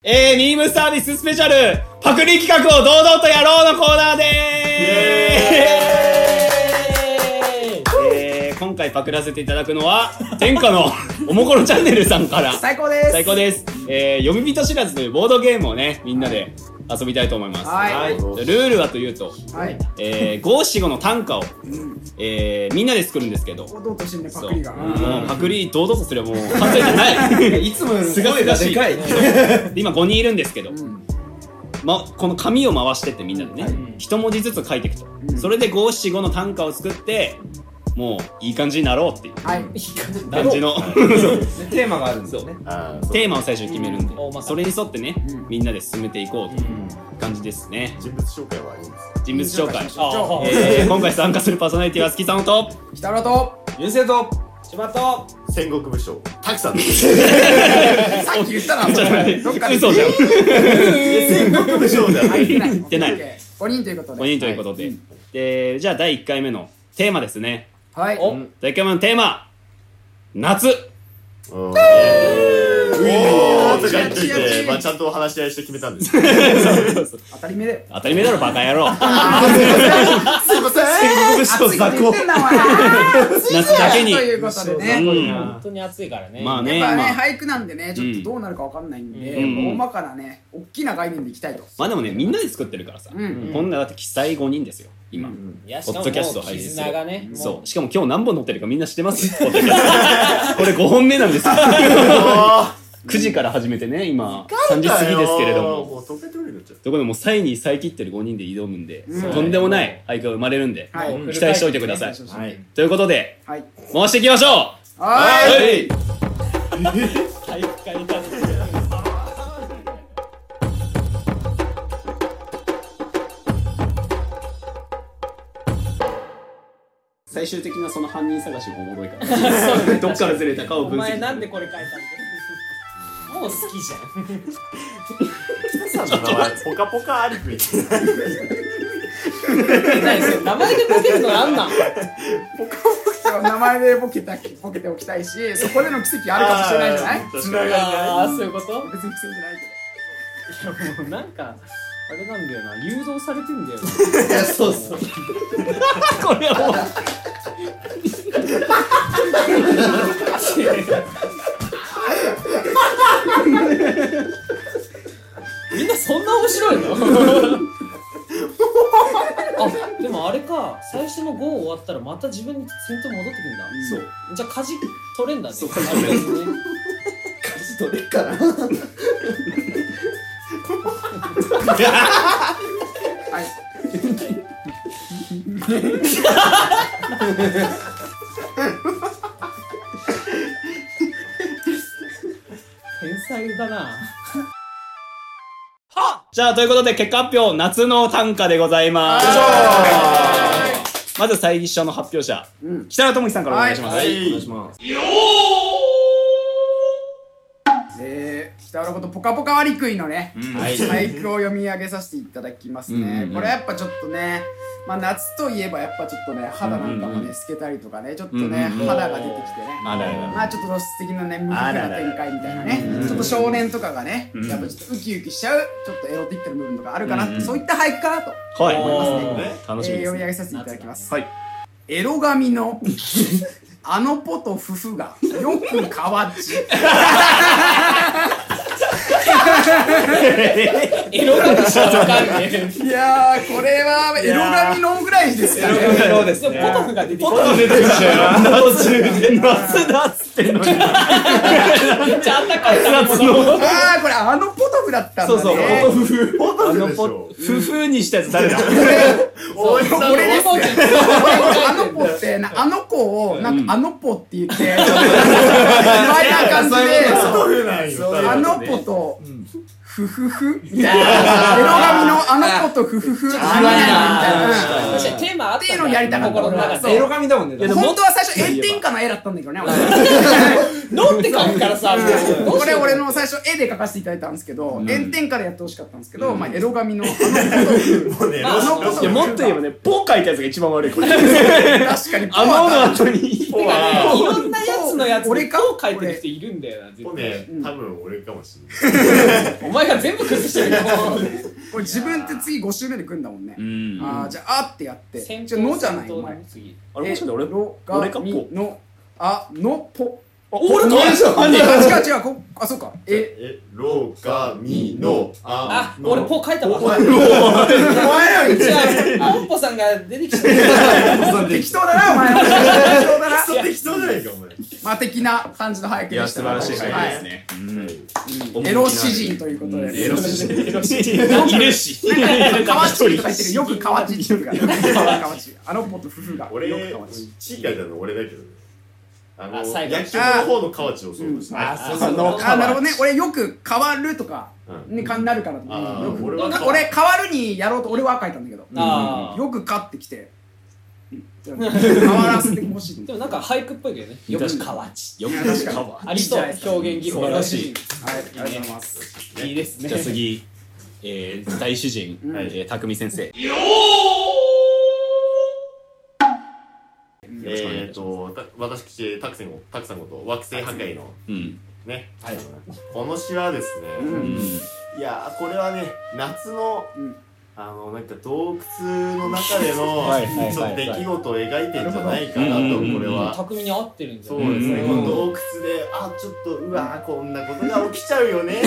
ミームサービススペシャルパクリ企画を堂々とやろうのコーナーでーす。今回パクらせていただくのは天下のおもころチャンネルさんから最高です。 最高です。読み人知らずというボードゲームをねみんなで遊びたいと思います。 はい。 ルールはというと、 はい。 五七五の短歌を、みんなで作るんですけど、 堂々としてんね、パクリが。 もうパクリ堂々とすればもう完成じゃないいつもよりすがすがしい。 でかい。 今5人いるんですけど、この紙を回してってみんなでね、一文字ずつ書いていくと、それで五七五の短歌を作ってもういい感じになろうっていうはい。 感じのテーマがあるんですよね。 テーマを最初に決めるんで、それに沿ってね、みんなで進めていこうという感じですね。 人物紹介はいいんですか？ 人物紹介。 紹今回参加するパーソナリティは好きさんと北浦と、 優勢と柴と戦国武将たくさんですさっき言ったな、それ。どっかで。 嘘じゃん。 戦国武将じゃない。 言ってない。 5人ということで。 5人ということで、でじゃあ第1回目のテーマですね。 はい。 第1回目のテーマ、夏。 おーとか言っといて、まあちゃんと話し合いして決めたんです。 当たり前で。 当たり前だろバカ野郎。 すいません。 暑いこと言ってんな、お前。 夏だけにということでね。 本当に暑いからね。 まあね、 やっぱね、 まあ俳句なんでね、ちょっとどうなるかわかんないんで、大まかなね、大きな概念でいきたいと。 まあでもねみんなで作ってるからさ、こんなだって記載5人ですよ今、 いや、しかもポッドキャストもう配信する絆がね。 そうしかも今日何本載ってるかみんな知ってますポッドキャストこれ5本目なんですよ。9時から始めてね今3時過ぎですけれども、 もう溶けてるよちょっところでもうサイにサイ切ってる5人で挑むんで、とんでもない俳句が生まれるんで、 はい期待しておいてください。 はい。 ということではい。 回していきましょう。 はい。 い。 体育会に立つ。 最終的なその犯人探しもおもろいからどっからずれたかをお分析。 前なんでこれ書いたんだよ。もう好きじゃん。 とさんの名前ポカポカアリクイって何それ名前でボケるのなんなん？ 名前でボケておきたいし、そこでの奇跡あるかもしれないじゃない？ つながりない。 ああ、そういうこと？ 別に奇跡じゃないけど。 いやもうなんかあれなんだよな、誘導されてんだよな。 いやそうそうこれはもうみんなそんな面白いの？あ、でもあれか、最初の5終わったらまた自分に先頭戻ってくんだ。 そうじゃあ舵取れんだね。 そう舵取れんね。 どれかな。 はい。 天才だな。 じゃあということで結果発表、夏の短歌でございます。まず最初の発表者、北原智樹さんからお願いします。 お願いします。 北浦ことポカポカ割り食いのね、 はい俳句を読み上げさせていただきますね。これやっぱちょっとね、まあ夏といえばやっぱちょっとね、肌なんかもね、透けたりとかね、ちょっとね、肌が出てきてね、 あらららまあちょっと露出的なね、無垢な展開みたいなね、ちょっと少年とかがね、やっぱちょっとウキウキしちゃう、ちょっとエロティックな部分とかあるかな、そういった俳句かなとはい、 思いますね。 楽しみですね。 読み上げさせていただきます。 はい。 エロ髪のあのポとフフがよくかわっち。 エロがしかわかんねえ。 いやー、これはエロ髪のぐらいですかね。 そうですでもポトフが出てきた。 出てきたよ。夏だっつってんのに。 めっちゃあったかいな。 あー、これあのポトフだったんだね。 そうそう、ポトフフ。 ポトフでしょ。 フフにしたやつ誰だ？ おいしさのこれですね。あの子ってあの子をなんかあの子って言ってちょっと意外な感じで、 ポトフなんよ。 あの子とフフフみたいな、エロ髪のあの子とフフフ何々みたいな。 確かにテーマあったっていうのをやりたかった心の中で。 エロ髪だもんね。 本当は最初炎天下の絵だったんだけどね。 飲んで書くからさ、 これ俺の最初絵で描かせていただいたんですけど、炎天下でやってほしかったんですけど、まあエロ髪のあの子ともうね、 あの子といやもっと言えばね、ポー書いたやつが一番悪い。これ。 確かにあの後に。 いろんなやつのやつで俺かこう書いてる人いるんだよな、絶対。 これねうん多分俺かもしれないお前が全部崩してるよ。 これ自分って次5周目で来るんだもんね。 うんあーじゃあ「あ」ってやって先じゃあ「の」じゃないお前。 次。 あれもしかして俺ろ俺かがみのあのぽ俺か違う違うあそうかろかみのあ、 の俺ポー書いたわ。 お前らに違う、ポッポさんが出てきちゃった。 適当だなお前適当だなクソ適当じゃないかお前まあ的な感じの俳句いやでした素晴らしいは回ですねエロ詩人ということでエロ詩人いるし河内とか言ってるよく河内って言うから河内あの子と夫婦が俺よく河内地域書いたの俺だけどねあ最後薬局の方の河内をそうとしたそうそうあなるほどね俺よく変わるとかうんになるからとあーよく俺は俺変わるにやろうと俺は書いたんだけどあーよく勝ってきて変わらせてほしいでもなんか俳句っぽいけどね。よく河内。 よく確かにありそう、表現技法。 素晴らしいはいありがとうございますいいですね。 じゃあ次大詩人匠先生私たくさんこと惑星破壊のうんねこの詩はですねいやこれはね夏のなんか洞窟の中でのはいはいはいはいちょっと出来事を描いてんじゃないかなとこれは匠に合ってるんじゃそないうですねこの洞窟でちょっとうわこんなことが起きちゃうよね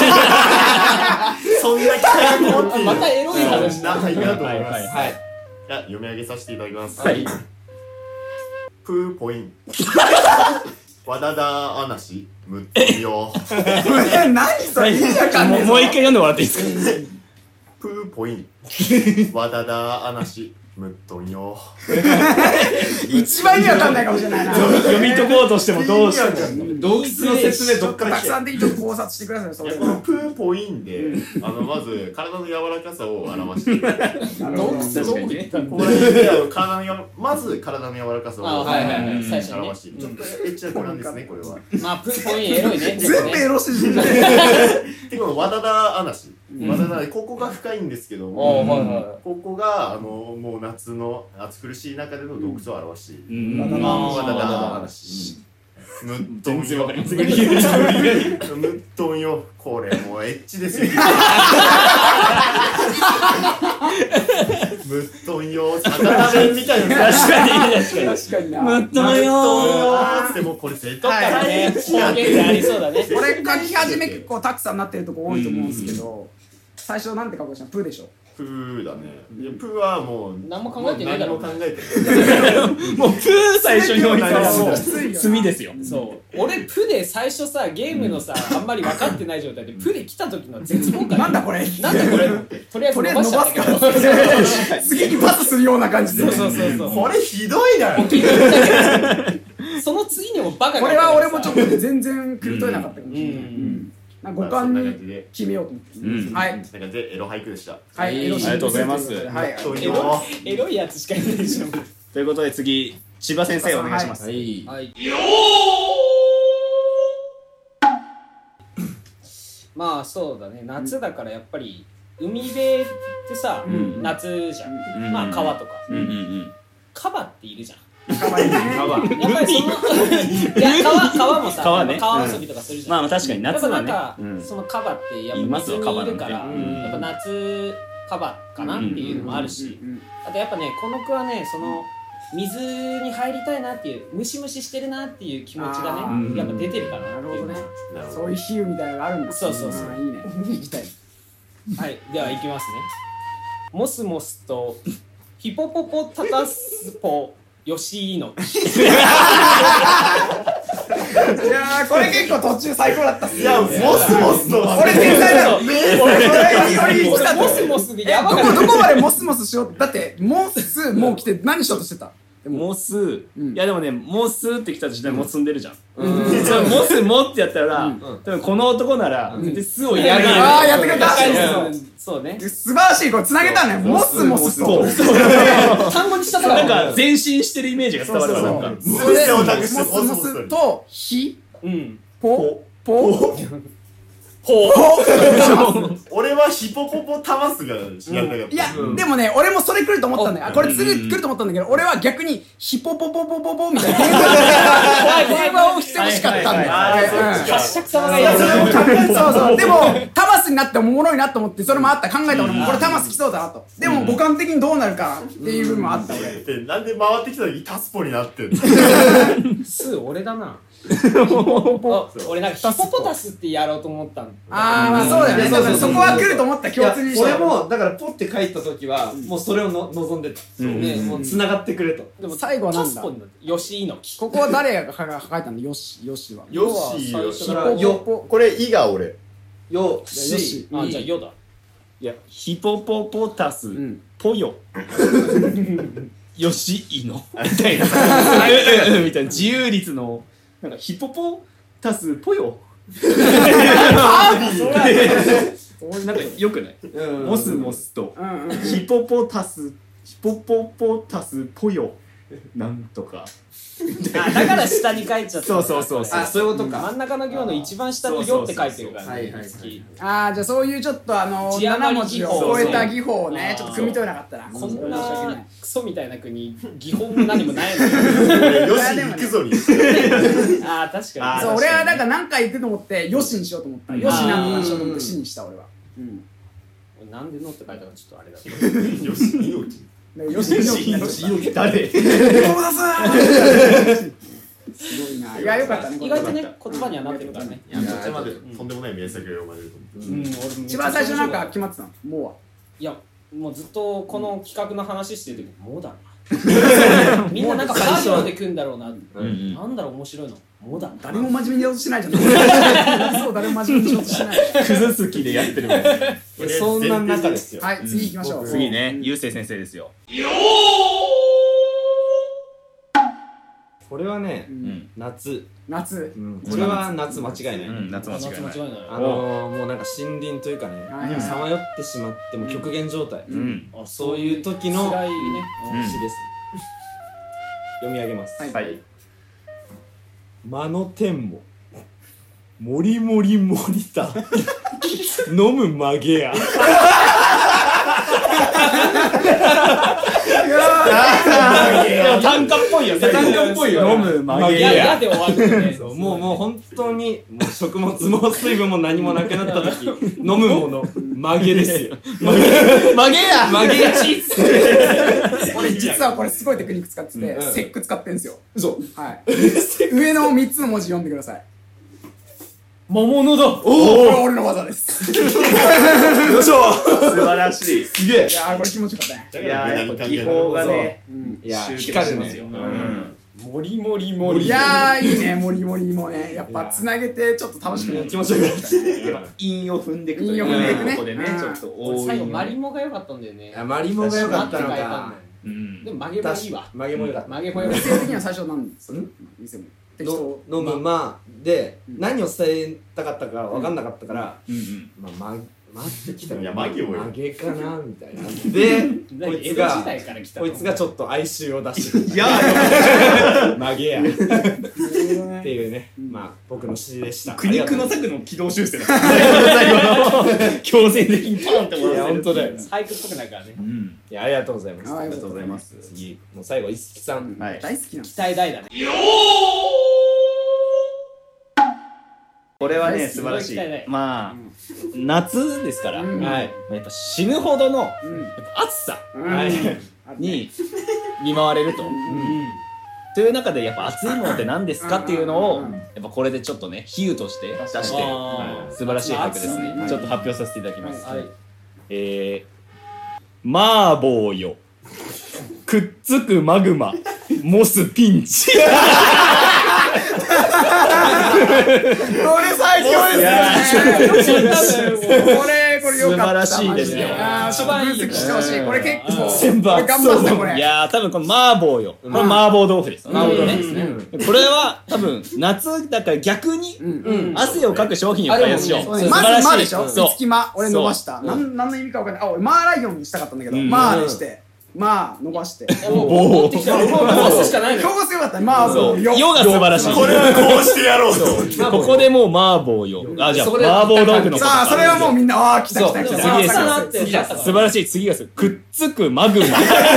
そんな期待を持っているまたエロい話ないなと思いますはいはいはいじゃあ読み上げさせていただきますはいプーポインわだだあなしむっとみよ何それ意味わかんねえぞもう一回読んでもらっていいですかプーポインわだだあなしむっとみよ一番意味わかんないかもしれないな読み解こうとしてもどうしても洞窟の説明どっから来てたくさん的にちょっと考察してくださいそれこのプーポインでまず体の柔らかさを表している洞窟どこで言ったんだここら辺でまず体の柔らかさをはいはいはい最初にね表しているちょっとエッチな子なんですねこれはまあプーポインエロいね全部エロ詩人だでこのわだだあなしわだだここが深いんですけどあもはいはここがもう夏の暑苦しい中での洞窟を表しているうんわだだあなしむっとんよ全然わかりませんむっとんよこれもうエッチですよむっとんよ魚弁みたいな確かに確かになむっともむっとんよよーってもうこれ絶対はいね方言でありそうだね俺書き始め結構たくさんなってるとこ多いと思うんですけど最初なんて書こうしたのプーでしょプーだねいやプーはもう何も考えてねえだろ何も考えてないもうプー最初に読みたらもうきついよな罪ですよそう俺プで最初さゲームのさあんまり分かってない状態でプで来た時の絶望感なんだこれなんだこれとりあえず伸ばしちゃったけど次にパスするような感じでそうそうそうこれひどいなその次にもバカがこれは俺もちょっとね全然食い取れなかったかもしれないなんか五感まあそんな感じにで決めようと思ってうんはいなんかでエロ俳句でしたはいエロ詩人ありがとうございますはいとエロエロいやつしかいないでしょということで次千葉先生お願いしますはいはいまあそうだね夏だからやっぱり海辺ってさん夏じゃうんんまあ川とかうんうんカバっているじゃんかわいいね川やっぱりそのいや川もさ川ね川遊びとかするじゃんまあ確かにやっ夏はねぱなんか、 うんそのカバってやっいますよぱ水にいるから、 カバなんてやっぱ夏カバかなっていうのもあるし、あとやっぱねこの句はねその水に入りたいなっていうムシムシしてるなっていう気持ちがねあーやっぱ出てるからなるほどねなるほどそういう比喩みたいなのがあるんだそうそうそうんいいね聞きたいはいでは行きますねモスモスとヒポポポタタスポヨシイノいやこれ結構途中最高だったっすいやモスモスと俺天才だよ俺より来たモスモスでやばかったどこまでモスモスしようだってモスもう来て何しようとしてたモスんいやでもねモスって来た時点でもう積んでるじゃんモスモってやったら多分この男なら絶対スを入れないあーやってくれたそうね素晴らしいこれ繋げたねモスモスと単語にしたからなんか前進してるイメージが伝わるわなんかそれでモモスモススモスとヒうんポポ俺はヒポポポタマスが知らなかった。 いや、でもね、俺もそれ来ると思ったんだよ。あこれ次来ると思ったんだけど、俺は逆にヒポポポポポポみたいな電話をしてほしかったんだよ。 八尺様がやる。 そうそう。でも、タマスになっておもろいなと思って、それもあった。考えた俺も、これタマス来そうだなと。でも、五感的にどうなるかっていう部分もあった俺。 でなんで回ってきた時タスポになってんの？ スー俺だな。俺なんかヒポポタスってやろうと思ったの。 あー、まあそうだよね。だからそこは来ると思った共通にして。 俺もだからポッて書いた時はもうそれを望んでた。ね、もう繋がってくれと。 でも最後はなんだ。 吉猪木。 ここは誰が書いたの？ヨシは。 よしよし。 よこれ「い」が俺。 よし。 あ、じゃあヨだ。 いやヒポポポタスポヨよしいのみたいなみたいな自由律のなんかヒポポタスポヨなんかよくない？モスモスとヒポポタスポヨなんとかあ、だから下に書いちゃった。 そうそうそうあ、そういうことか。 真ん中の行の一番下によって書いてるからね。 ああ、じゃあそういうちょっと7文字を超えた技法をね、ちょっと汲み取れなかったな。 こんなクソみたいな国、技法も何もないのに。 よし行くぞに。 ああ、確かに。 そう、俺はなんか何回行くと思ってよしにしようと思った。よしなんとかにしようと思ってしにした俺は。 なんでのって書いたかちょっとあれだけど。 よし猪木。 よし猪木誰？ すごいな。いや、よかったね。 意外とね、言葉にはなってるからね。 いや、こっちまでとんでもない名作が読まれると思う。 一番最初なんか決まってたの？もうは。 いや、もうずっとこの企画の話してる時もうだな。みんななんかパーで組んだろうな。なんだろう面白いの。もうだ。 誰も真面目にやろうとしてないじゃん。そう、誰も真面目にしようとしてない。 崩す気でやってるもん。 そんな中ですよ。 はい、次行きましょう。 次ね、ゆうせい先生ですよ。 これはね、夏。 夏。 これは夏間違いない。 夏間違いない。 もうなんか森林というかね、さまよってしまっても極限状態。そういう時の辛いね。 詩です。読み上げます。 はい。 間の天ももりもりもりた飲む曲げや短歌っぽいよね。 短歌っぽいよ。 飲む曲げやや。 で終わるね。 もう本当にもう食物も水分も何もなくなった時飲むもの曲げですよ。 曲げや。曲げやチーズ。 俺実はこれすごいテクニック使ってて、セック使ってんすよ。はい。上の3つの文字読んでください。 桃のだ。 これ俺の技です。 よいしょ。 素晴らしい。 すげえ。 いやー、これ気持ちよかったね。 いやー、やっぱ技法がね、 いや光るんですよ。 もりもりもり。 いやー、いいね、もりもりもね。やっぱつなげてちょっと楽しくなる。 気持ちよかった。 韻を踏んでいくという韻を踏んでいくねここでね、ちょっと多い。 最後マリモが良かったんだよね。 マリモが良かったのか。 でも曲げもいいわ。 曲げも良かった。 曲げも良かっ店的には最初何ですか？店も。適当。 飲むまで何を伝えたかったか分かんなかったから待ってきたら曲げかなみたいなでこいつがちょっと哀愁を出して曲げやっていうね、まあ僕の詩でした。 苦肉の策の軌道修正だ最後の強制的にパンってもらって。 本当だよ。 俳句っぽくなるからね。 いや、ありがとうございます。 ありがとうございます。 次もう最後一色さん。 大好きなの。 期待大だね。 これはね、素晴らしい。まあ夏ですから、やっぱ死ぬほどの暑さに見舞われると。という中でやっぱ熱いものって何ですかっていうのをやっぱこれでちょっとね比喩として出して素晴らしい俳句ですね。ちょっと発表させていただきます。マーボーよくっつくマグマモスピンチ。 これ最強ですね。これよかった。 素晴らしいですよ。 ちょっと分析してほしい。これ結構全部頑張ったこれ。 いやー多分この麻婆よ。これ麻婆豆腐です。麻婆豆腐ですね。これは多分夏だから逆に汗をかく商品を開発しよう。 まずまでしょ。月間俺伸ばした。何の意味か分かんない。あ、俺マーライオンにしたかったんだけど、マーでして。 まあ伸ばしてもう持ってきたらもう伸ばすしかないのよ。 強が強かったまあよが素晴らしい。 これはこうしてやろうと。 ここでもう麻婆よ。あ、じゃあ麻婆豆腐の。 さあそれはもうみんなああ来た来た来た。 次です。素晴らしい。次がくっつくマグマ。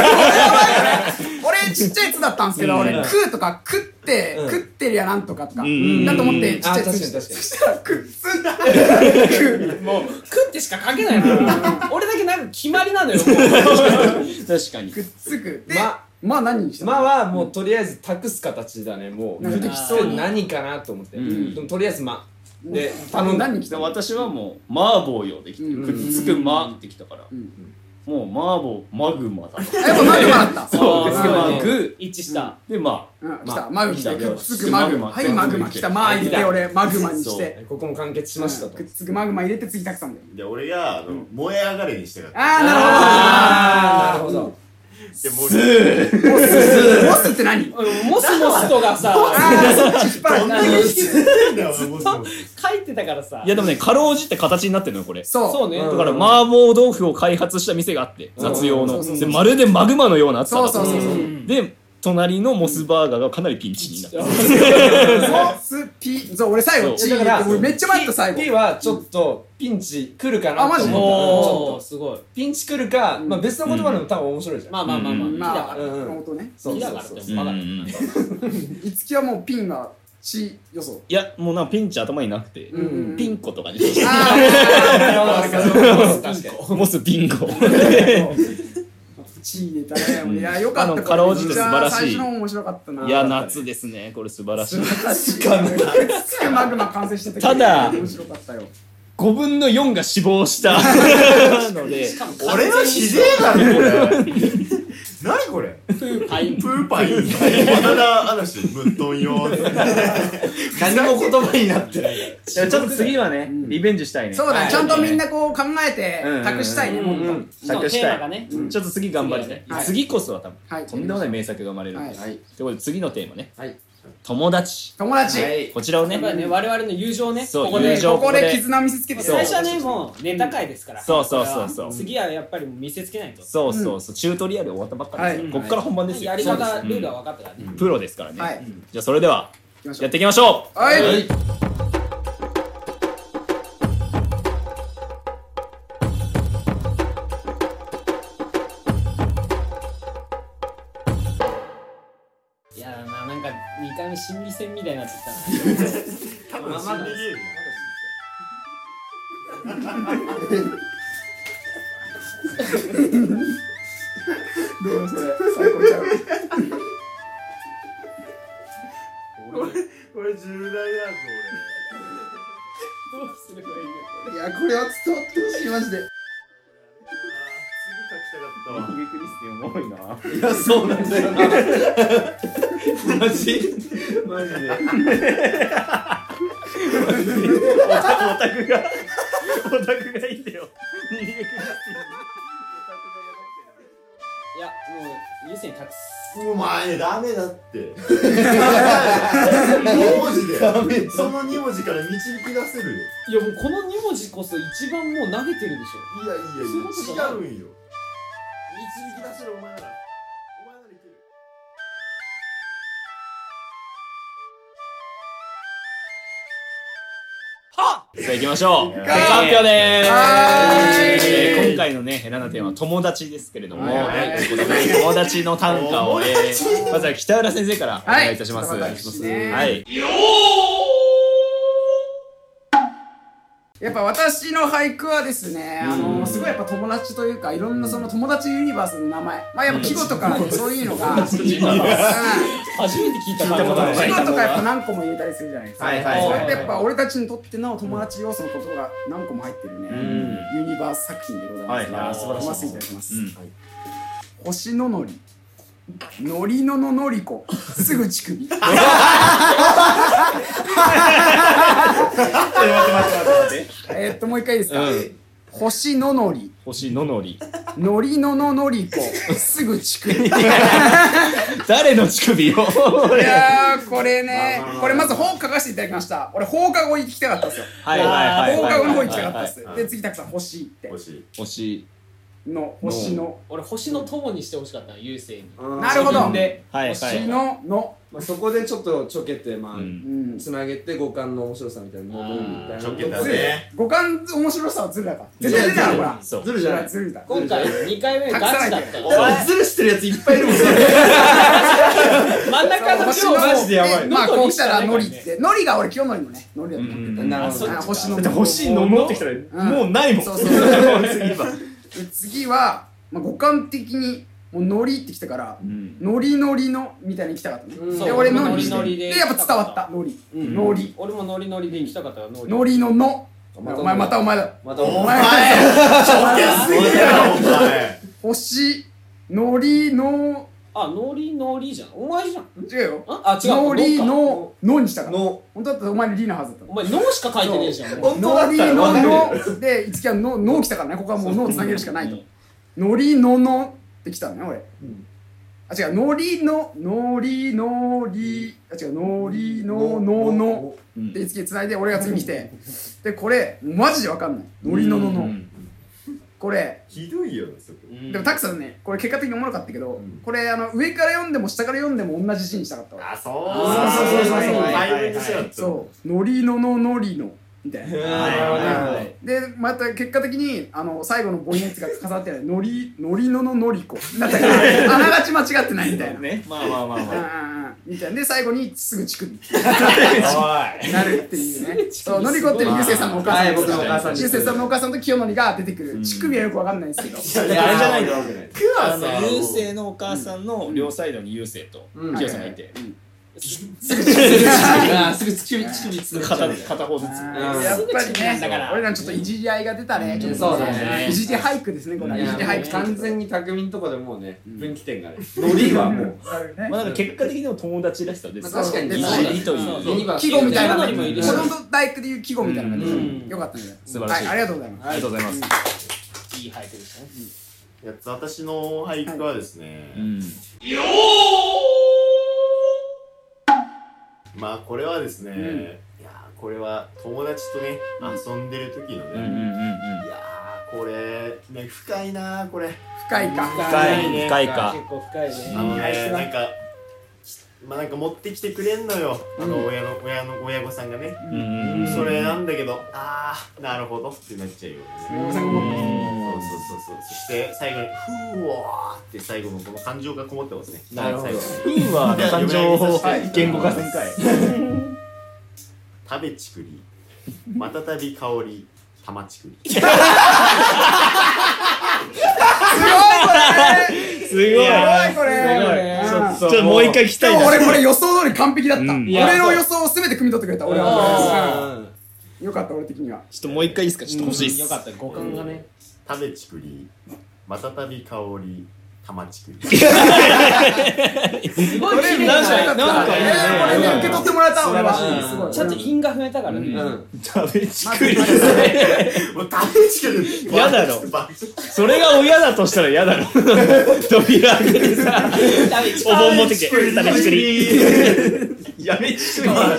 俺ちっちゃいやつだったんですけど、俺食うとか食ってりゃなんとかとかだと思ってちっちゃいやつそしたらくっつもう食ってしか書けないの。俺だけなんか決まりなのよ。 確かに。 くっつく。まあ何にしたまあはもうとりあえず託す形だね。もう適当に何かなと思って。でもとりあえずまで頼んだ。何に来た？ 私はもう麻婆よできてくっつくまってきたから。もう麻婆マグマだ。 やっぱマグマだった。 そう。マグ一致した。 でまあ来たマグ来た。くっつくマグマ。はいマグマ来た。まあ入れて俺マグマにして。 ここも完結しましたと。 くっつくマグマ入れて次たくさんだよ。 で俺が燃え上がれにしてかった。 ああなるほど。 でモスって何？ モスモスとがさ、ずっと書いてたからさ。 いやでもね、かろうじって形になってるのよこれ。 そうね。 だから麻婆豆腐を開発した店があって雑用の。でまるでマグマのような厚さ。 そう。 で隣のモスバーガーがかなりピンチになってる。 モスピそう俺最後だから俺めっちゃ迷った最後。 P はちょっとピンチ来るかなと思った。ちょっとすごい。 ピンチ来るか、まあ別の言葉でも多分面白いじゃん。 まあまあ本当ね。 そう。 いつきはもうピンがC予想。 いやもうなんかピンチ頭になくてピンコとかに。モスピンコ。 チー出たね。いや、よかった。 かろうじて素晴らしい。 最初の面白かったな。 いや、夏ですね。これ素晴らしい。 マグマ完成した時ただ、 面白かったよ。 5分の4が死亡したので、 俺はひでえだろ、これ。何これ？ プーパイン。 バナナ嵐、ムットン用。 何も言葉になってない。 ちょっと次はね、リベンジしたいね。 そうだね、ちゃんとみんなこう考えて、託したいね、もっと。 託したい。ちょっと次頑張りたい。次こそは多分、とんでもない名作が生まれるんで。ということで次のテーマね。友達。こちらをね。 やっぱりね、我々の友情ね。 ここで絆見せつけて。 最初はね、もうネタ会ですから。 そう。 次はやっぱり見せつけないと。 そう。チュートリアル終わったばっかりです。こっから本番ですよ。 やり方、ルールは分かったからね。 プロですからね。じゃあそれでは、やっていきましょう。 はい。 なんか2回目心理戦みたいになってきたな。 多分心理ゲーム。 どうそれ最高ちゃう。 これ重大やんぞ俺。どうすればいいよ。 いやこれは伝わってほしいマジで。 次書きたかったわ。 ヒゲクリスティン重いな。 いやそうなんだよな。マジで。 オタクがいいんだよ。ヒゲクリスティン。 いやもう優先に託す。 お前ダメだって。2文字でその2文字から導き出せるよ。 いやもうこの2文字こそ一番もう投げてるでしょ。 いや違うんよ。導き出せるお前ならいける。 さあ行きましょう。発表でーす。今回のね、選んだテーマは友達ですけれども、友達の短歌を、まずは北浦先生からお願いいたします。はい。 やっぱ私の俳句はですね、すごいやっぱ友達というかいろんなその友達ユニバースの名前、まあやっぱ季語とかそういうのが初めて聞いた単語だね。 季語とかやっぱ何個も言えたりするじゃないですか。それってやっぱ俺たちにとっての友達要素のことが何個も入ってるねユニバース作品でございます。素晴らしい。読ませていただきます。星ののりのりのののりこすぐ乳首。 待って。 もう一回いいですか。星ののりのりのののりこすぐ乳首。 誰の乳首よ。 いやこれね、これまず本書かせていただきました。俺放課後行きたかったんですよ。放課後の方行きたかったです。で次たくさん星って星の星の俺星の友にしてほしかったの優勢に。 なるほどで星ののそこでちょっとちょけてつなげて五感の面白さみたいなのちょけたね。 五感面白さはずるだから絶対出たからずるじゃない。 ずるだ今回2回目ガチだったよ。 ずるしてるやついっぱいいるもん。 真ん中の星のマジでやばい。 まあこう来たらノリってノリが俺清則のねノリだと思ってた。 なるほど。 星の欲しいの持ってきたらもうないもん。 そう次は五感的にもうノリってきたからノリノリのみたいに行きたかったね。で俺ノリしてでやっぱ伝わったノリノリ。 俺もノリノリで行きたかったよ。 ノリののお前またお前だ。 またお前星ノリのノリノリじゃん。お前じゃん。 違うよ。 違う。 ノリののにしたから。 の本当だったらお前リのはずだった。 お前ノしか書いてねえじゃん。 ノリののでいつきはの来たからね。ここはもうのをつなげるしかないと。ノリののってきたのね俺。違うノリのノリノリ違うノリののでいつきつないで俺が次に来てでこれマジでわかんない。ノリののこれひどいよねそこ。 でもたくさんねこれ結果的におもろかったけどこれ上から読んでも下から読んでも同じ字にしたかったわ。そうノリののノリのみたいな。でまた結果的に最後の母音が重なってないノリのののりこだったからあながち間違ってないみたいなね。まあみたいなで最後にすぐチクになるっていうね。そうのりこっていうゆうせいさんのお母さん、 僕のお母さん、 ゆうせいさんのお母さんと清則が出てくる。乳首はよくわかんないですけど、 あれじゃないの。ゆうせいのお母さんの両サイドにゆうせいと清さんがいてすぐ乳首片方ずつ。 やっぱりね俺らちょっといじり合いが出たね。 そうだね。 いじり俳句ですねこれ。いじり俳句完全に匠のとこでもうね分岐点がねノリはもうまあなんか結果的にも友達らしさです。 確かにいじりという季語みたいなもね。子供と大工でいう季語みたいな感じでよかったね。 素晴らしい。 ありがとうございます。 ありがとうございます。 いい俳句でしたね。 私の俳句はですねまあこれはですねいやこれは友達とね遊んでる時のねいやこれね深いなこれ。 深いか結構深いね。 なんか持ってきてくれんのよ親御さんがね。それなんだけどなるほどってなっちゃうよね。そうそして最後にふわーって最後のこの感情がこもってますね。 なるほど。 ふわー感情を言語化せんかい。 食べちくりまたたび香り玉ちくり。 すごいこれ。 ちょっともう一回聞きたいな。 俺これ予想通り完璧だった。俺の予想を全て汲み取ってくれた。俺はよかった俺的には。 ちょっともう一回いいですか。ちょっと欲しいです。 よかった五感がね。 食べちくりまたたび香り玉ちくり。 すごい綺麗な。 なんかこれね受け取ってもらえた俺は。すごい。 ちゃんと韻が踏めたからね。 食べちくり。 もう食べちくり。 嫌だろ。それが親だとしたら嫌だろ。扉開けてさ、お盆持ってきて食べちくり。やめちくりじゃん。ま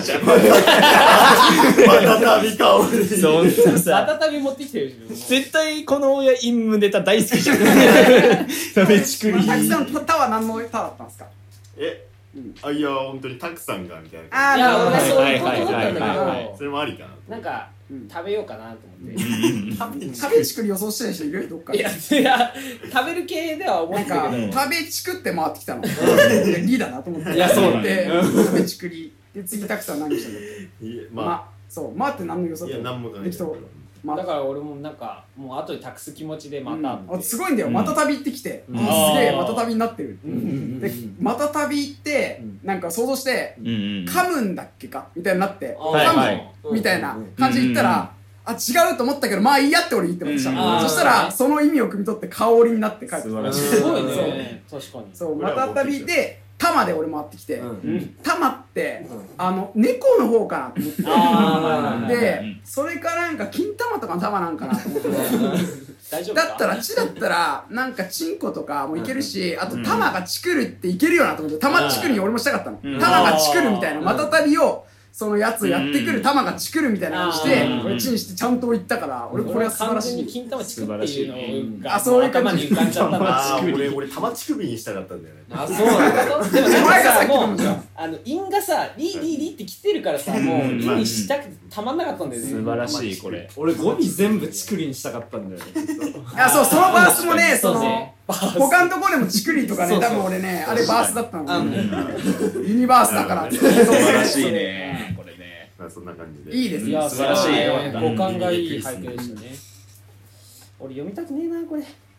たたび香り。 そんなさ。 またたび持ってきてるし。 絶対この親陰夢ネタ大好きじゃん。食べちくり。 たくさんタは何のタだったんですか。 いや本当にたくさんがみたいな。 いや俺そういうことだったんだけど。 それもありかな。 なんか食べようかなと思って。 食べちくり予想してる人いるどっか。 いや食べる系では思ってたけど。 食べちくって回ってきたの。リだなと思って。 いやそうだね。食べちくりで次たくさん何したんだっけ。そう回って何の予想。 いや何もない。 だから俺もなんかもう後で託す気持ちでまたすごいんだよ。また旅行ってきてすげえまた旅になってる。でまた旅行ってなんか想像して噛むんだっけかみたいになって噛むみたいな感じで言ったら違うと思ったけどまあいいやって俺言ってました。そしたらその意味を汲み取って香りになって帰ってきた。 すごいね。確かに。 そうまた旅で玉で俺回ってきて玉って猫の方かなと思ってでそれかなんか金玉とかの玉なんかなと思ってだったらチだったらなんかチンコとかもいけるしあと玉がチクるっていけるよなと思って玉チクるに俺もしたかったの。玉がチクるみたいなまたたびをそのやつをやってくる玉がチクるみたいなのして俺チンしてちゃんと言ったから俺これは素晴らしい。 完全に金玉チクっていうのがそういう感じ頭に浮かんじゃったんだ。 俺玉乳首にしたかったんだよね。 あ、そうなんだ。でもなんかさ、もう韻がさリって来てるからさ、もうリにしたくてたまんなかったんだよね。 素晴らしいこれ。 俺語尾全部チクリにしたかったんだよね。 そうそのバースもね、その他のところでもチクリとかね、多分俺ねあれバースだったの。ユニバースだから。 素晴らしいねこれね。 そんな感じでいいですね。 素晴らしい。 五感がいい俳句でしたね。俺読みたくねえなこれ。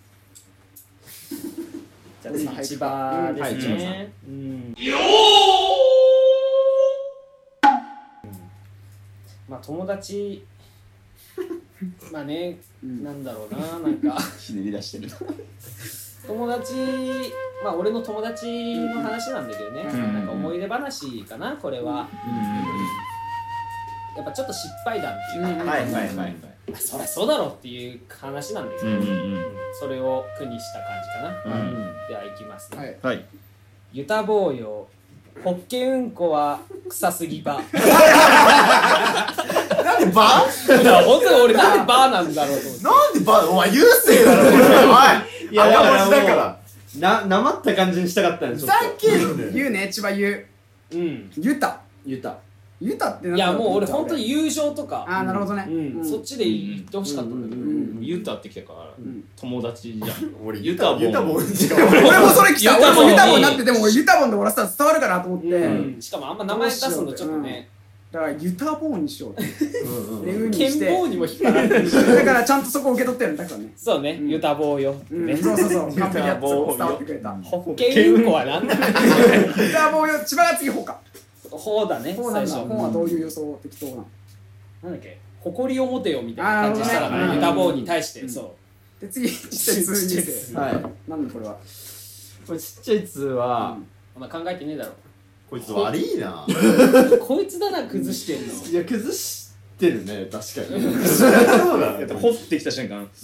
じゃあ次千葉ですね。まあ友達まあね、なんだろうな、なんかひねり出してる。 友達、まあ俺の友達の話なんだけどね、なんか思い出話かなこれは。やっぱちょっと失敗談っていうか、そりゃそうだろっていう話なんだけど、それを苦にした感じかな。ではいきますね。ゆたぼうよ、ホッケうんこは臭すぎば。 なんでバー？ いや本当に俺なんでバーなんだろうと思って。 なんでバー？お前優勢だろこれ。おい。いやだからなまった感じにしたかったんでしょ。 さっき言うね、千葉言う。ユタっていやもう俺本当に友情とか、 なるほどね。 そっちで言ってほしかったんだけど、 ユタってきたから友達じゃん。 俺ユタボン。 俺もそれ来た。俺もユタボンになっててもユタボンで終わらせたら伝わるかなと思って。 しかもあんま名前出すのちょっとね。 だからユタボンにしようって。 剣棒にも引っ張られてるし。 だからちゃんとそこ受け取ってるんだからね。 そうね、ユタボーよ。 そう完璧やつ伝わってくれた。 ホッケうんこはなんだ。 ユタボンよ、千葉が次ほか。 ほうだね、最初。 本はどういう予想適当な。 なんだっけ、誇りを持てよみたいな感じしたらね、ユタボーに対して、そう。 で次、ちっちゃい通に世。はい。なんだこれは。 これちっちゃい通は、 お前考えてねえだろ。 こいつ悪いな。 こいつだな、崩してんの。 いや、崩してるね、確かに。 掘ってきた瞬間。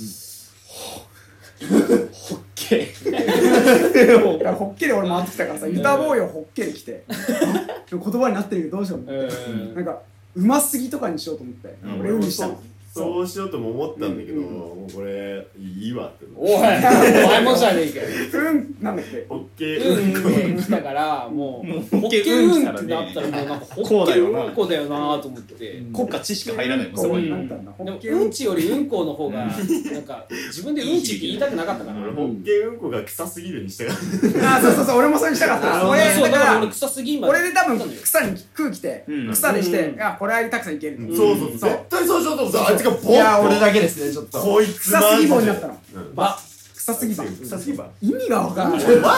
ホッケホッケで俺回ってきたからさ、ユタボーよホッケで来て。言葉になってるけどどうしよう。なんか、うますぎとかにしようと思って。俺にしたの。 そうしようとも思ったんだけど、もうこれいいわって。 おい、お前もじゃねえかよ。 なんだっけ。 ホッケうんこ来たからもうホッケうんってなったらもうなんかホッケうんこだよなと思って国家知識入らないもんそこに。 でもうんちよりうんこの方がなんか自分でうんちって言いたくなかったから。 ホッケうんこが臭すぎるにしたかった。 そう俺もそれにしたかった。 俺だから俺臭すぎんまで。 俺で多分草に空来て草でしてこれはたくさんいける。 そう絶対そうしようと思った。あいつがボン。 いや俺だけですねちょっと。 こいつ臭すぎ棒になったの。臭すぎば臭すぎば意味がわからない。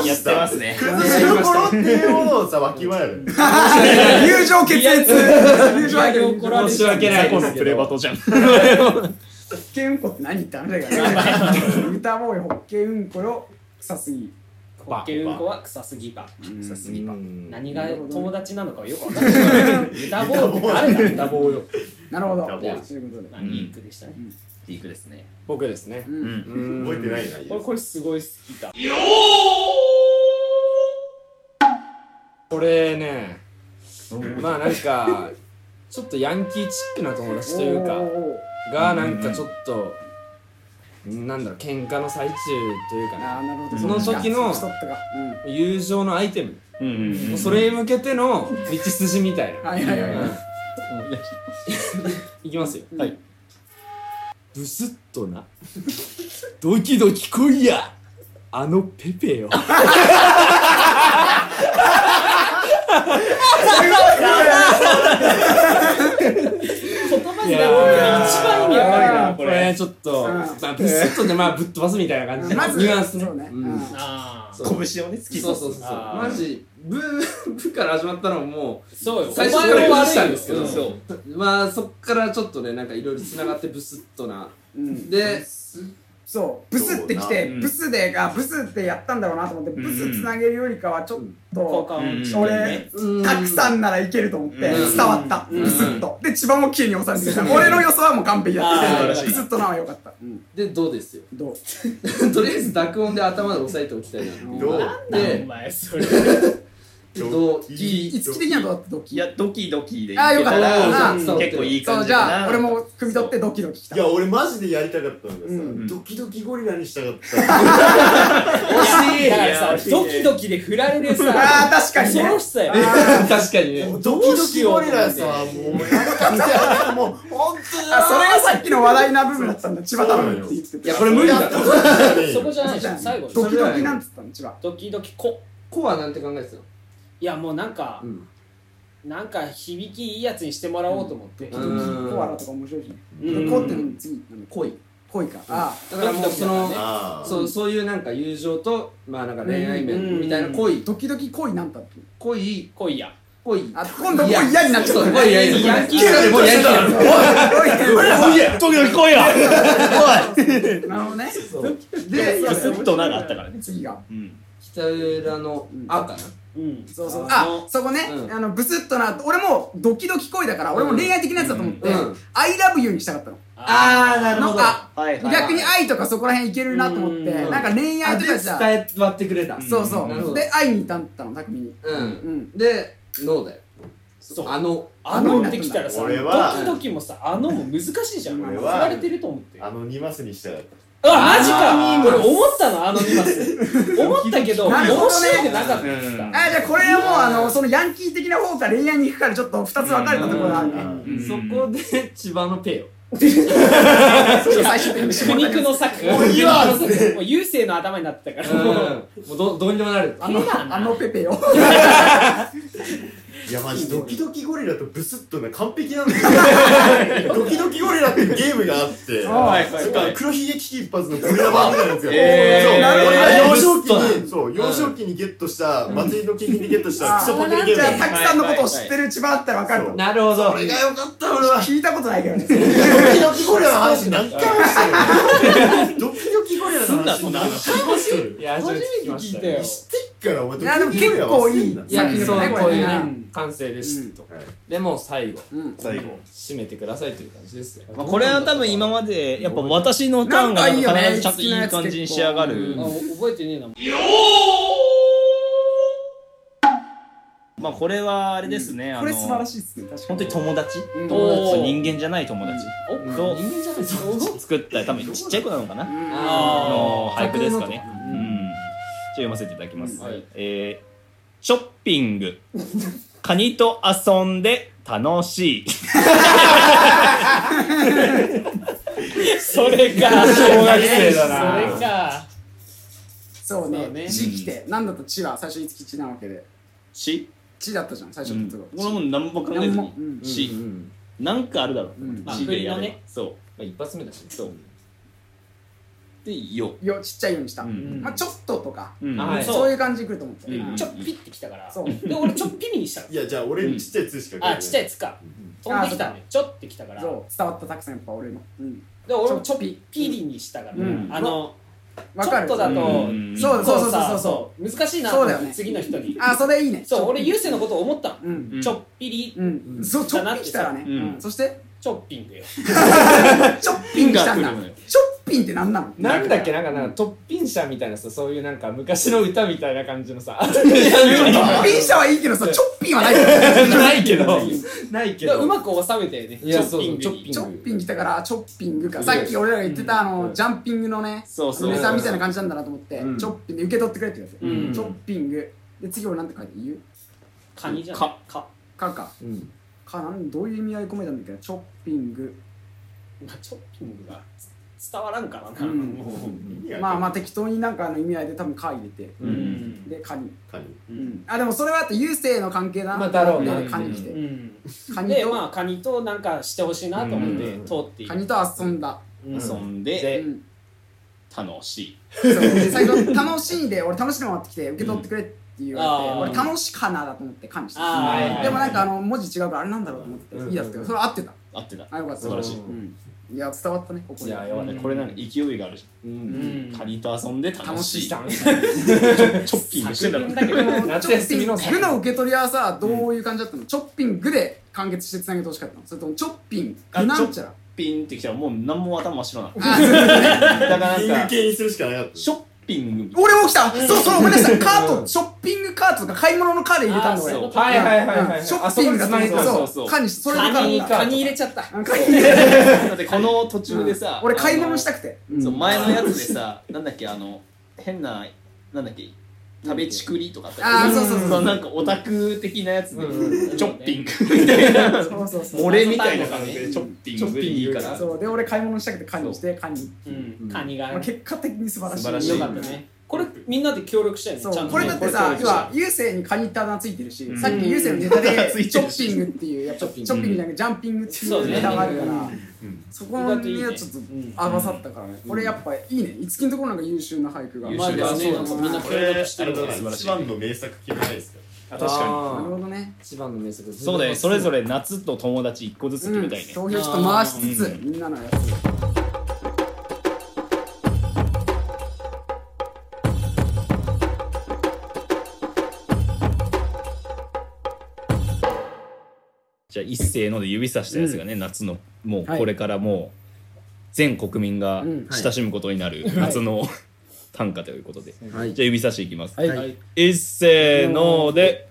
やってますね。 崩しどころっていうものをさわきまえる。 友情決裂。友情愛怒られ申し訳ないこのプレバトじゃん。 ホッケうんこって何って話だからね。歌もうよホッケうんこよ臭すぎ。 ホッケうんこは臭すぎば。 臭すぎば。 何が友達なのかよくわかんない。歌棒って誰だ歌棒よ。 なるほど。 そういうことで。いい句でしたね。 いい句ですね。 僕ですね。 覚えてないな。 これすごい好きだ。 これね、まあなんかちょっとヤンキーチックな友達というかがなんかちょっとなんだろう喧嘩の最中というかね、その時の友情のアイテム、それに向けての道筋みたいな。いきますよ。はい。ブスッとなドキドキ来いやあのペペよ。 言葉になって一番意味わかるなこれちょっとブスッとねまあぶっ飛ばすみたいな感じでニュアンスね。 拳をね突き刺す。 マジブから始まったのももうそうよ最初から崩したんですけど、まあそっからちょっとねなんかいろいろつながってブスッとなでそうブスってきてブスでブスってやったんだろうなと思ってブスつなげるよりかはちょっと俺たくさんならいけると思って伝わったブスッとで千葉も綺麗に押されてきた。俺の予想はもう完璧だったブスッとなは良かった。 でどうですよ。 どうとりあえず濁音で頭で押さえておきたいなっていう。 でお前それドキいつき的にはどうだったドキいやドキドキでいいあよかった結構いい感じじゃあ俺も汲み取ってドキドキきたいや俺マジでやりたかったのがさドキドキゴリラにしたかった惜しいだからさドキドキで振られるさあ確かに恐ろしさよ確かにねドキドキゴリラさもうやりたかったもう本当にそれがさっきの話題な部分だったんだ千葉太郎って言ってたいやこれ無理だそこじゃないじゃん最後ドキドキなんつったの千葉ドキドキコはなんて考えてたのいやもうなんかなんか響きいいやつにしてもらおうと思ってドキドキコアラとか面白いしコって次恋かだからもうそういうなんか友情とまあなんか恋愛面みたいな恋ドキドキ恋なんだって恋やあ今度恋嫌になっちゃった恋嫌にヤンキーでもうヤンキーなのドキドキ来いやなるほどねでスッとなんかあったからね次が北浦のあかなそうそこねブスッとな俺もドキドキ恋だから俺も恋愛的なやつだと思ってI love youにしたかったのあーなるほど逆に愛とかそこら辺いけるなと思ってなんか恋愛とかじゃ伝え割ってくれたそうで愛に至ったの匠にでノーだよそうあのってきたらさドキドキもさも難しいじゃん振られてると思って 2マスにしたらマジか俺思ったの2マス思ったけど面白くなかったじゃあこれはもうそのヤンキー的な方から恋愛に行くからちょっと2つ分かれたところがあるそこで千葉のペヨ最終的に苦肉の策もう優勢の頭になってたからもうどうにでもなるあのペペよいやマジドキドキゴリラとブスッとね完璧なんだよドキドキゴリラっていうゲームがあって黒ひげ危機一髪のゴリラ版みたいなやつが幼少期にゲットした祭りの景品でゲットしたクソパクリゲームじゃあたくさんのことを知ってる千葉だったら分かるとなるほどそれがよかった俺は聞いたことないけどねドキドキゴリラの話何回もしてるドキドキゴリラの話何回もしてるいや初めて聞きましたよ知ってっからお前いやでも結構いいいやそうこういうね完成ですとでも最後締めてくださいという感じですよこれは多分今までやっぱ私のターンが必ずちゃんといい感じに仕上がる覚えてねえなまあこれはあれですねこれ素晴らしいですね本当に友達人間じゃない友達と作った多分ちっちゃい子なのかな俳句ですかね読ませていただきます。ショッピングカニと遊んで楽しいそれか小学生だなそれかそうね地来て何だった地は最初いつき地なわけで地だったじゃん最初のとここれもう何も考えずに地なんかあるだろう地でやれそう一発目だしそうでよちっちゃいようにしたまあちょっととかそそういう感じでくると思ってちょっぴってきたからで俺ちょっぴりにしたのいやじゃあ俺ちっちゃい「つ」しか書いてないちっちゃい「つ」か飛んできたんだよちょってきたから伝わったたくさんやっぱ俺ので俺もちょっぴりにしたからちょっとだとそう難しいな次の人にそれいいねそう俺優勢のことを思ったのちょっぴりそうちょっぴりしたらねそしてチョッピングよチョッピングしたんだチョッピンって何なのなんだっけなんかトッピン社みたいなさそういうなんか昔の歌みたいな感じのさトッピン社はいいけどさチョッピンはないないけどうまく収めてねチョッピングだからチョッピングかさっき俺らが言ってたジャンピングのねネタみたいな感じなんだなと思ってチョッピングで受け取ってくれって言われてチョッピングで次俺なんて書いて言うカニじゃんかどういう意味合い込めたんだっけチョッピングチョッピングが伝わらんからなまあ適当になんかの意味合いで多分「か」入れてで「カニ」でもそれはあと優勢の関係だなだろうねカニ来てでまあカニとなんかしてほしいなと思って通っているカニと遊んだ遊んで楽しい最後楽しいで俺楽しいのもらってきて受け取ってくれって言われて俺楽しかなだと思ってカニしてでもなんか文字違うからあれなんだろうと思っていいだってそれ合ってたよかった素晴らしいいや伝わったねここいやこれなんか勢いがあるじゃんカニと遊んで楽しいチョッピングしてんだろチョッピングの受け取りはさどういう感じだったのチョッピングで完結してつなげてほしかったのそれともチョッピングなんちゃらピンってきたらもう何も頭真っ白なだからなんか系にするしかなかったショッピング。 俺も来た。そう思い出した。カート、ショッピングカートとか買い物のカーで入れたんだ俺。 はいショッピングだとそうカニそれでカニ入れちゃった。 だってこの途中でさ、 俺買い物したくて。 前のやつでさ、なんだっけ変ななんだっけ。食べちくりとかあったりそうなんかオタク的なやつでチョッピングみたいな俺みたいな感じでチョッピングでいいからそうで俺買い物したくてカニしてカニが結果的に素晴らしいよかったね。これみんなで協力したよね。 そうこれだってさ要は優勢にカニってあだ名ついてるしさっき優勢のネタでチョッピングっていうやっぱチョッピングじゃなくてジャンピングっていうネタがあるからそこにはちょっと合わさったからね。これやっぱいいね。いつきのところなんか優秀な俳句が優秀だね。みんな協力してるから一番の名作決めないですか。 確かに。 なるほどね。 一番の名作。 そうだね。それぞれ夏と友達1個ずつ決めたいね。 投票ちょっと回しつつみんなのやつ。 じゃあ一斉ので指さしたやつがね、夏のもうこれからもう全国民が親しむことになる夏の短歌ということで、じゃあ指さしていきます。一斉ので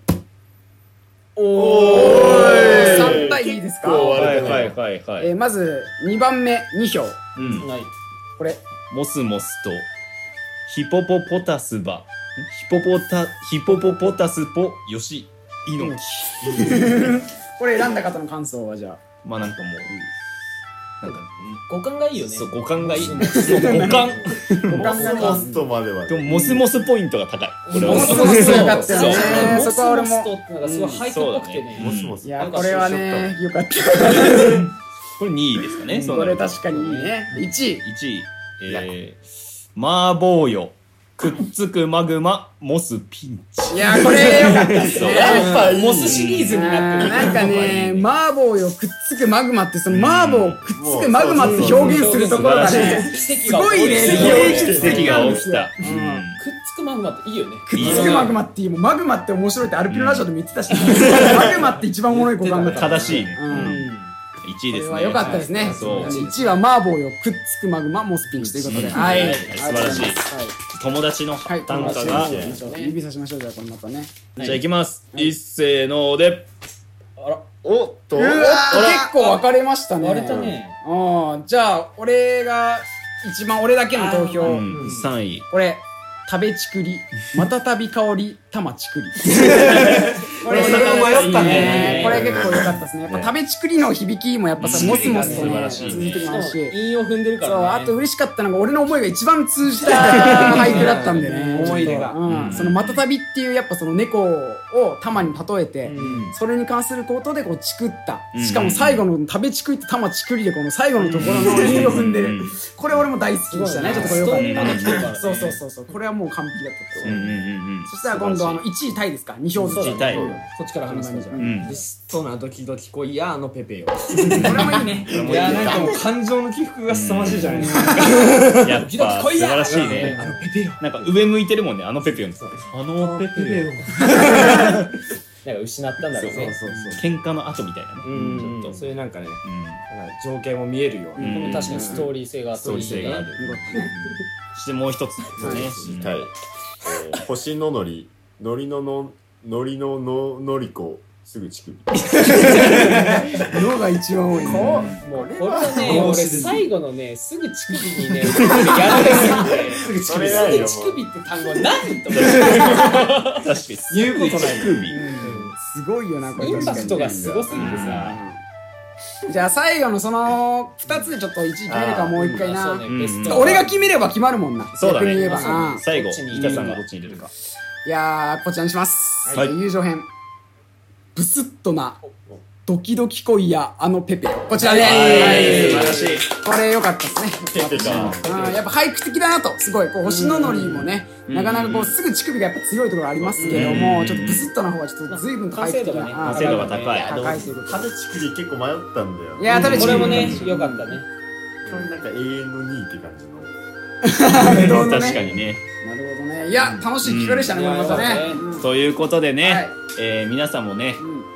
3対2ですか。 はいまず2番目2票。これモスモスとヒポポポタスバヒポポポタスポヨシイノキこれ選んだ方の感想はじゃあまあなんかもうなんか五感がいいよね。 そう五感がいい。五感がモスとまではでもモスモスポイントが高い。 モスモスよかったよね。そこは俺もすごい俳句っぽくてね。 モスモス。 いやこれはねよかった。 これ2位ですかね。 これ確かにいいね。1 位麻婆よくっつくマグマモスピンチ。 いやこれよかったですね。 やっぱモスシリーズになってる。 なんかね麻婆よくっつくマグマってその麻婆くっつくマグマって表現するところがねすごいね。 奇跡が起きた。 くっつくマグマっていいよね。 くっつくマグマっていうマグマって面白いってアルピノラジオでも言ってたしマグマって一番おもろい語感だった。 正しいね。1位ですね。 よかったですね。1位は麻婆よくっつくマグマモスピンチということで、はい素晴らしい。友達の短歌が指さしましょう。じゃあこれまたね。 じゃあいきます。一斉ので。 あらおっと結構分かれましたね。 割れたね。 じゃあ俺が一番俺だけの投票 3位。 これ食べちくりまたたび香りたまちくり。これ迷ったね。これ結構良かったですね。やっぱ食べちくりの響きもやっぱさモスモスとね続いてきますし、 韻を踏んでるからね。 そうあと嬉しかったのが俺の思いが一番通じた俳句だったんでね。 思い出がそのまたたびっていうやっぱその猫を玉に例えてそれに関することでこうチクった。しかも最後の食べちくりと玉ちくりでこの最後のところの韻を踏んでる。これ俺も大好きでしたね。ちょっとこれ良かった。そうこれはもう完璧だったと。そしたら今度1位タイですか。2票ずつ。 こっちから話すんじゃん。 ベストなドキドキ恋やペペよ。 これもいいね。 いやなんかもう感情の起伏が凄まじいじゃないですか。 やっぱ素晴らしいね。 ペペよ。 なんか上向いてるもんね。ペペよ。ペペよ。 なんか失ったんだろうね。 喧嘩の後みたいなね。 ちょっとそういうなんかね情景も見えるような。 確かにストーリー性がある。 そしてもう一つですね。 星ののりのりののりこすぐ乳首。 のが一番多いね。 もうこれはね俺最後のねすぐ乳首にねやられすぎてすぐ乳首って単語何と思って。 確かに言うことない。 すごいよなこれ。 インパクトがすごすぎてさ。 じゃあ最後のその2つでちょっと1位決めるかもう一回な。俺が決めれば決まるもんな。 そうだね。 逆に言えば最後板さんがどっちに入れるか。 いやこちらにします。友情編ブスッとなドキドキ恋やペペこちらで素晴らしい。 これ良かったですね。ペペか。やっぱ俳句的だなと。すごいこう星ののりもねなかなかこうすぐ乳首がやっぱ強いところありますけどもちょっとブスッとな方はちょっと随分と俳句的な完成度が高い。 高いということで。 食べちくり結構迷ったんだよ。 いや食べちくりこれもね良かったね。 これなんか永遠の2位って感じの。 確かにね。 なるほどね。いや楽しい企画でしたねこれまたね。 ということでね皆さんもね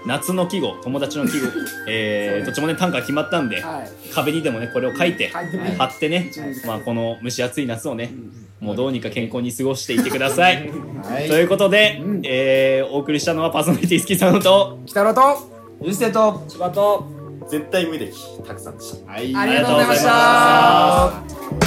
夏の季語、友達の季語、どっちもね短歌決まったんで、壁にでもねこれを書いて貼ってね、まあこの蒸し暑い夏をね、もうどうにか健康に過ごしていってください。ということで、お送りしたのはパーソナリティ好きさんと北野とゆうせいと千葉と絶対無敵たくさんでした。 ありがとうございました。